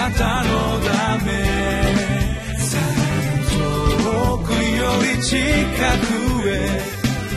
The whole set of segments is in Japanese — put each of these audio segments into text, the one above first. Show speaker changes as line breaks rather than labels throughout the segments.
なたのため遠くより近くへ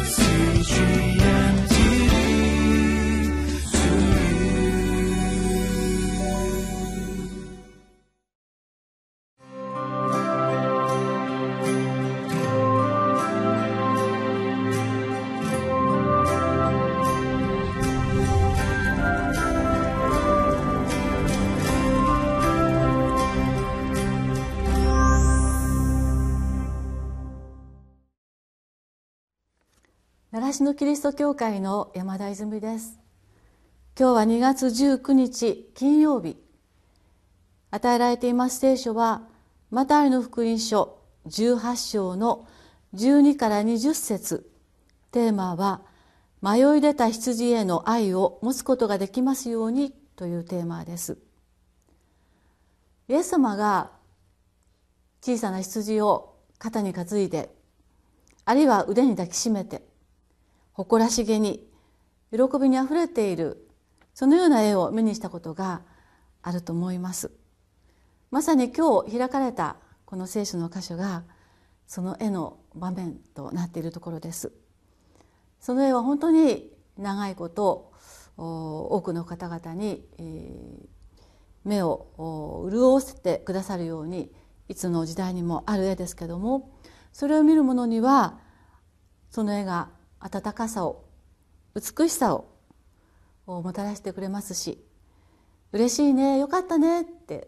習志野キリスト教会の山田泉です。今日は2月19日金曜日。与えられています聖書はマタイの福音書18章の12から20節。テーマは迷い出た羊への愛を持つことができますようにというテーマです。イエス様が小さな羊を肩に担いで、あるいは腕に抱きしめて誇らしげに喜びにあふれている、そのような絵を目にしたことがあると思います。まさに今日開かれたこの聖書の箇所がその絵の場面となっているところです。その絵は本当に長いこと多くの方々に目を潤せてくださるようにいつの時代にもある絵ですけども、それを見る者にはその絵が温かさを、美しさをもたらしてくれますし、嬉しいね、よかったねって、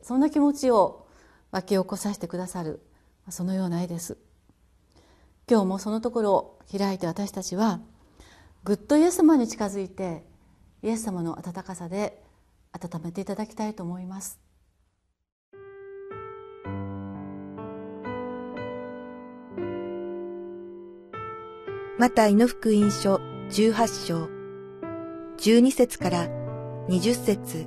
そんな気持ちを湧き起こさせてくださる、そのような絵です。今日もそのところを開いて、私たちはぐっとイエス様に近づいて、イエス様の温かさで温めていただきたいと思います。
マタイの福音書18章12節から20節。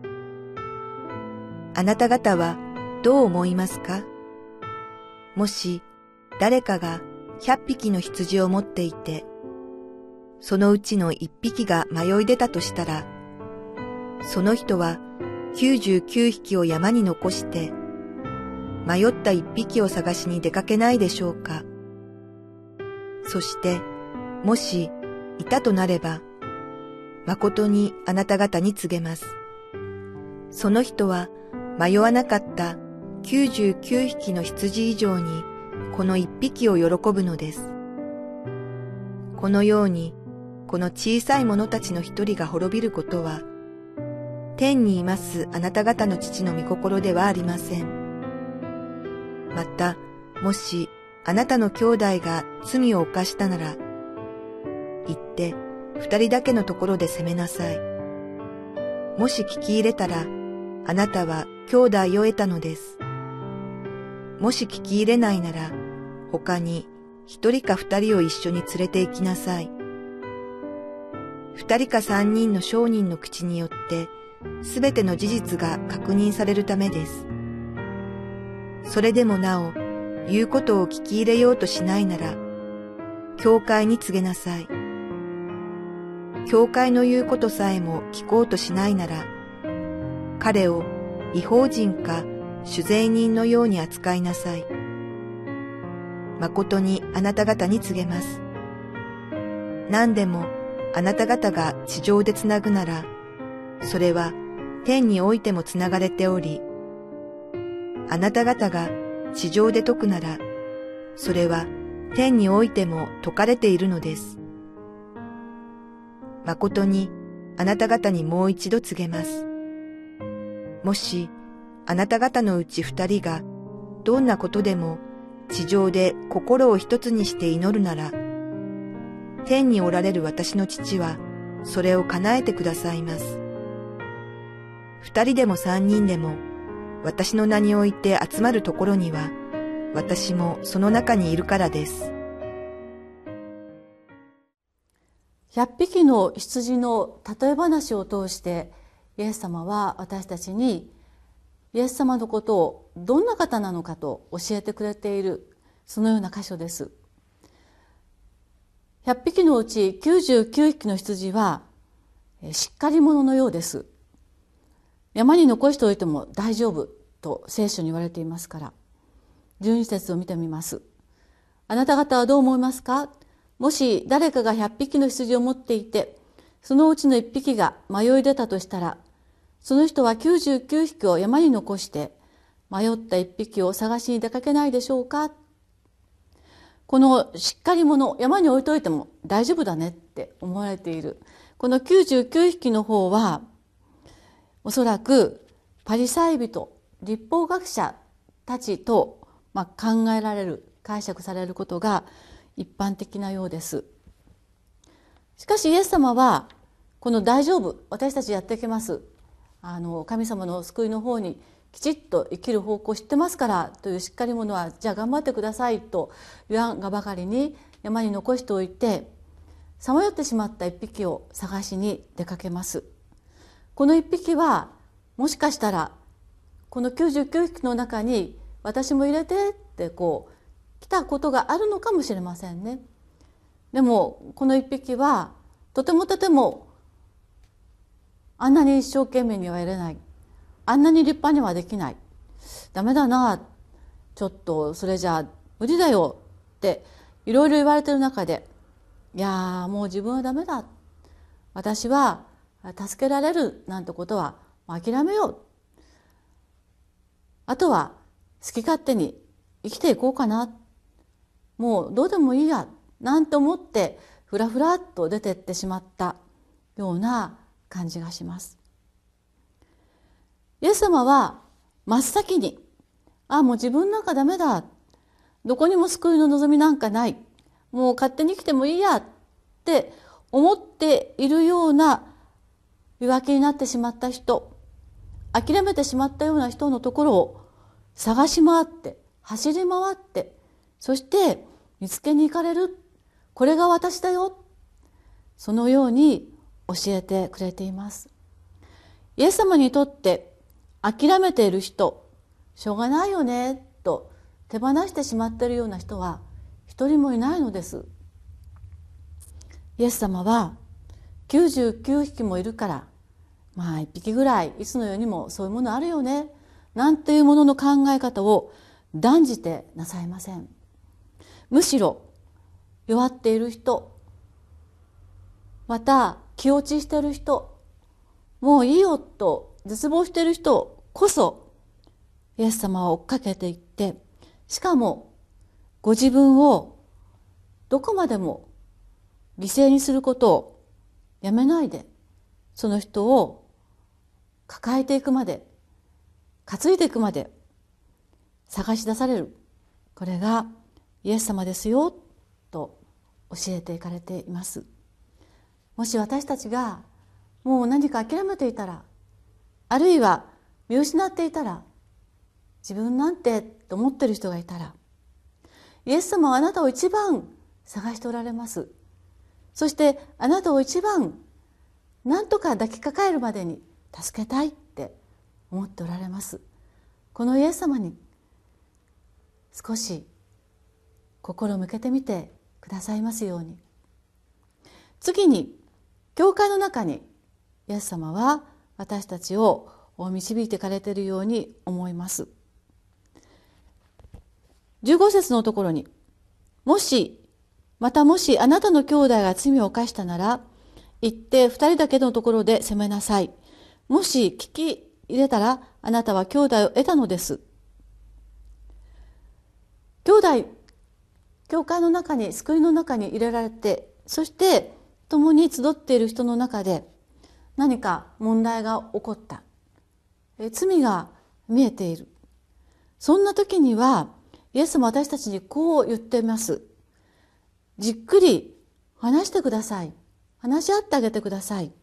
あなた方はどう思いますか？もし誰かが100匹の羊を持っていて、そのうちの1匹が迷い出たとしたら、その人は99匹を山に残して、迷った1匹を探しに出かけないでしょうか。そして、もしいたとなれば、誠にあなた方に告げます。その人は迷わなかった99匹の羊以上にこの1匹を喜ぶのです。このように、この小さい者たちの一人が滅びることは、天にいますあなた方の父の御心ではありません。また、もしあなたの兄弟が罪を犯したなら、行って2人だけのところで責めなさい。もし聞き入れたら、あなたは兄弟を得たのです。もし聞き入れないなら、他に1人か2人を一緒に連れて行きなさい。2人か3人の証人の口によって、すべての事実が確認されるためです。それでもなお、言うことを聞き入れようとしないなら、教会に告げなさい。教会の言うことさえも聞こうとしないなら、彼を異邦人か酒税人のように扱いなさい。誠にあなた方に告げます。何でもあなた方が地上でつなぐなら、それは天においてもつながれており、あなた方が地上で説くなら、それは天においても説かれているのです。誠にあなた方にもう一度告げます。もしあなた方のうち2人がどんなことでも地上で心を一つにして祈るなら、天におられる私の父はそれを叶えてくださいます。2人でも3人でも私の名において集まるところには、私もその中にいるからです。
100匹の羊の例え話を通して、イエス様は私たちにイエス様のことをどんな方なのかと教えてくれている、そのような箇所です。100匹のうち99匹の羊はしっかり者のようです。山に残しておいても大丈夫と聖書に言われていますから。12節を見てみます。あなた方はどう思いますか？もし誰かが100匹の羊を持っていて、そのうちの1匹が迷い出たとしたら、その人は99匹を山に残して迷った1匹を探しに出かけないでしょうか？このしっかり者、山に置いといても大丈夫だねって思われているこの99匹の方は、おそらくパリサイ人、律法学者たちと考えられる、解釈されることが一般的なようです。しかしイエス様はこの大丈夫、私たちやっていけます、神様の救いの方にきちっと生きる方向を知ってますからというしっかり者は、じゃあ頑張ってくださいと言わんがばかりに山に残しておいて、さまよってしまった一匹を探しに出かけます。この一匹はもしかしたらこの99匹の中に私も入れてって来たことがあるのかもしれませんね。でもこの一匹はとてもあんなに一生懸命にはやれない、あんなに立派にはできない、ダメだな、ちょっとそれじゃ無理だよっていろいろ言われてる中で、いやもう自分はダメだ、私は助けられるなんてことは諦めよう、あとは好き勝手に生きていこうかな、もうどうでもいいやなんて思ってふらふらっと出てってしまったような感じがします。イエス様は真っ先に、もう自分なんかダメだ、どこにも救いの望みなんかない、もう勝手に生きてもいいやって思っているような弱気になってしまった人、諦めてしまったような人のところを探し回って走り回って、そして見つけに行かれる、これが私だよ、そのように教えてくれています。イエス様にとって諦めている人、しょうがないよねと手放してしまっているような人は一人もいないのです。イエス様は99匹もいるから、1匹ぐらいいつの世にもそういうものあるよねなんていうものの考え方を断じてなさいません。むしろ弱っている人、また気落ちしている人、もういいよと絶望している人こそイエス様は追っかけていって、しかもご自分をどこまでも犠牲にすることをやめないで、その人を抱えていくまで、担いでいくまで探し出される、これがイエス様ですよと教えていかれています。もし私たちがもう何か諦めていたら、あるいは見失っていたら、自分なんてと思っている人がいたら、イエス様はあなたを一番探しておられます。そしてあなたを一番何とか抱きかかえるまでに助けたいって思っておられます。このイエス様に少し心を向けてみてくださいますように。次に、教会の中にイエス様は私たちを導いていかれているように思います。15節のところに、もしあなたの兄弟が罪を犯したなら、行って2人だけのところで責めなさい。もし聞き入れたら、あなたは兄弟を得たのです。兄弟、教会の中に、救いの中に入れられて、そして共に集っている人の中で何か問題が起こった、罪が見えている、そんな時にはイエスも私たちにこう言っています。じっくり話してください。話し合ってあげてください。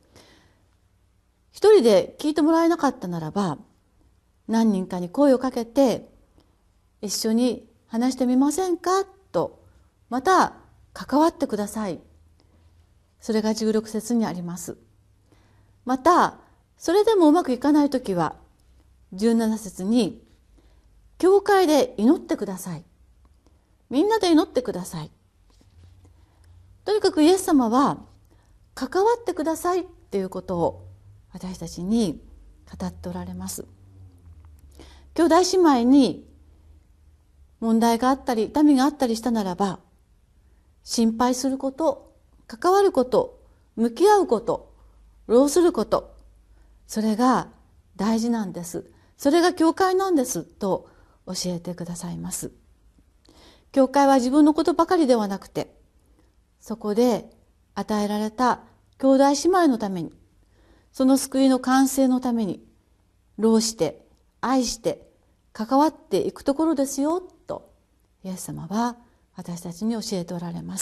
一人で聞いてもらえなかったならば、何人かに声をかけて一緒に話してみませんかと、また関わってください。それが16節にあります。またそれでもうまくいかないときは17節に、教会で祈ってください。みんなで祈ってください。とにかくイエス様は関わってくださいっていうことを私たちに語っておられます。 兄弟姉妹に問題があったり痛みがあったりしたならば、心配すること、関わること、向き合うこと、労すること、それが大事なんです。それが教会なんですと教えてくださいます。教会は自分のことばかりではなくて、そこで与えられた兄弟姉妹のために、その救いの完成のために、労して愛して関わっていくところですよと、イエス様は私たちに教えておられます。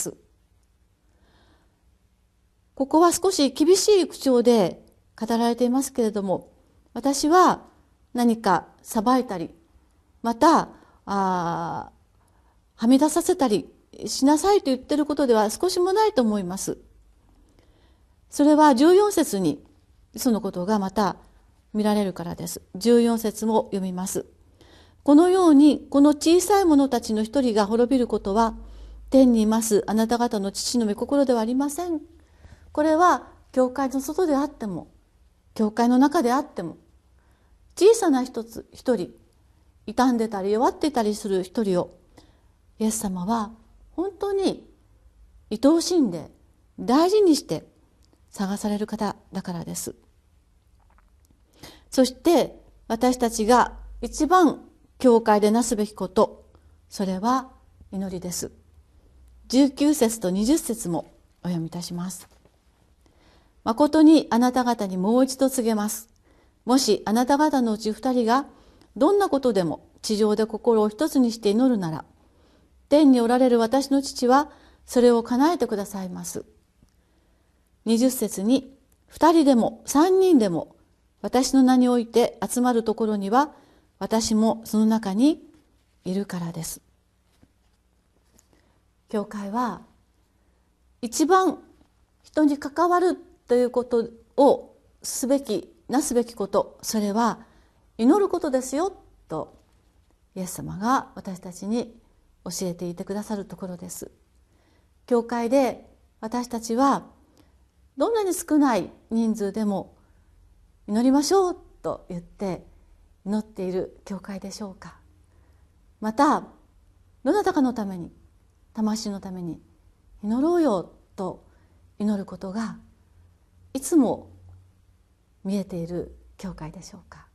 ここは少し厳しい口調で語られていますけれども、私は何か裁いたり、またはみ出させたりしなさいと言っていることでは少しもないと思います。それは14節にそのことがまた見られるからです。14節も読みます。このようにこの小さい者たちの一人が滅びることは、天にいますあなた方の父の御心ではありません。これは教会の外であっても、教会の中であっても、小さな一人、傷んでたり弱っていたりする一人を、イエス様は本当に愛おしんで大事にして探される方だからです。そして私たちが一番教会でなすべきこと、それは祈りです。19節と20節もお読みいたします。誠にあなた方にもう一度告げます。もしあなた方のうち2人がどんなことでも地上で心を一つにして祈るなら、天におられる私の父はそれを叶えてくださいます。20節に、2人でも3人でも私の名において集まるところには、私もその中にいるからです。教会は一番人に関わるということをなすべきこと、それは祈ることですよとイエス様が私たちに教えていてくださるところです。教会で私たちはどんなに少ない人数でも祈りましょうと言って祈っている教会でしょうか。またどなたかのために、魂のために祈ろうよと祈ることがいつも見えている教会でしょうか。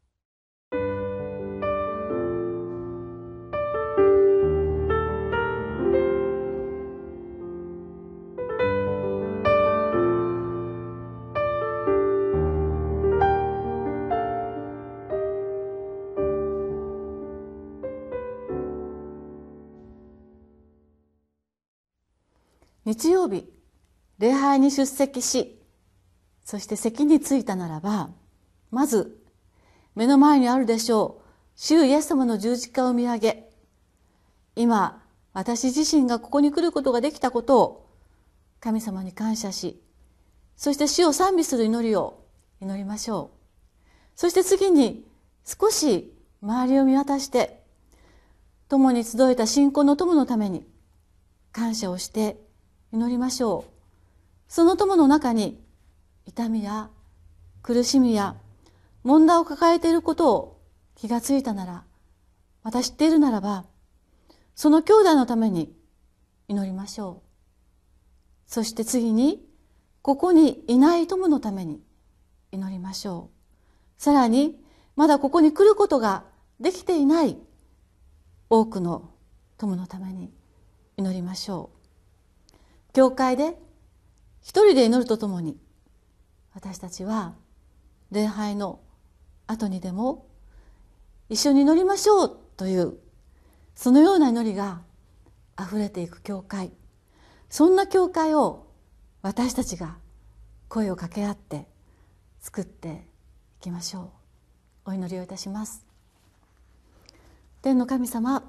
日曜日、礼拝に出席し、そして席に着いたならば、まず目の前にあるでしょう主イエス様の十字架を見上げ、今私自身がここに来ることができたことを神様に感謝し、そして主を賛美する祈りを祈りましょう。そして次に少し周りを見渡して、共に集えた信仰の友のために感謝をして祈りましょう。その友の中に痛みや苦しみや問題を抱えていることを気がついたなら、また知っているならば、その兄弟のために祈りましょう。そして次にここにいない友のために祈りましょう。さらにまだここに来ることができていない多くの友のために祈りましょう。教会で一人で祈るとともに、私たちは礼拝の後にでも一緒に祈りましょうという、そのような祈りがあふれていく教会、そんな教会を私たちが声を掛け合って作っていきましょう。お祈りをいたします。天の神様、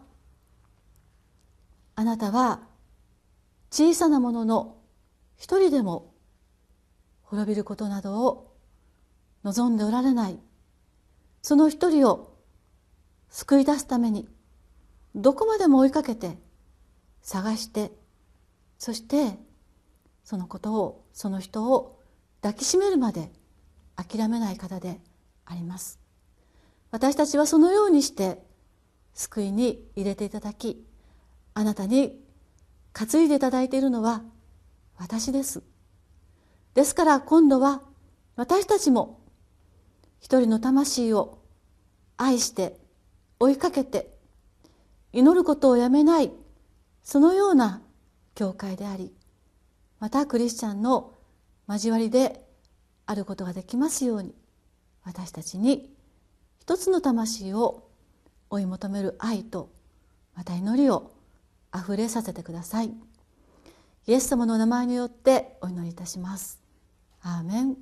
あなたは小さなものの一人でも滅びることなどを望んでおられない。その一人を救い出すためにどこまでも追いかけて探して、そしてその人を抱きしめるまで諦めない方であります。 私たちはそのようにして救いに入れていただき、あなたに担いでいただいているのは私です。ですから今度は私たちも一人の魂を愛して追いかけて祈ることをやめない、そのような教会であり、またクリスチャンの交わりであることができますように、私たちに一つの魂を追い求める愛とまた祈りをあふれさせてください。イエス様の名前によってお祈りいたします。アーメン。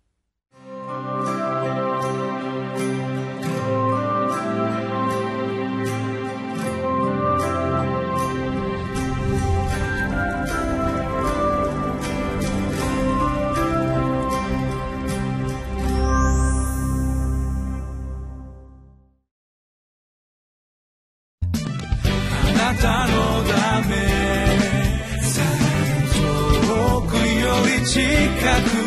あなたのため遠くより近く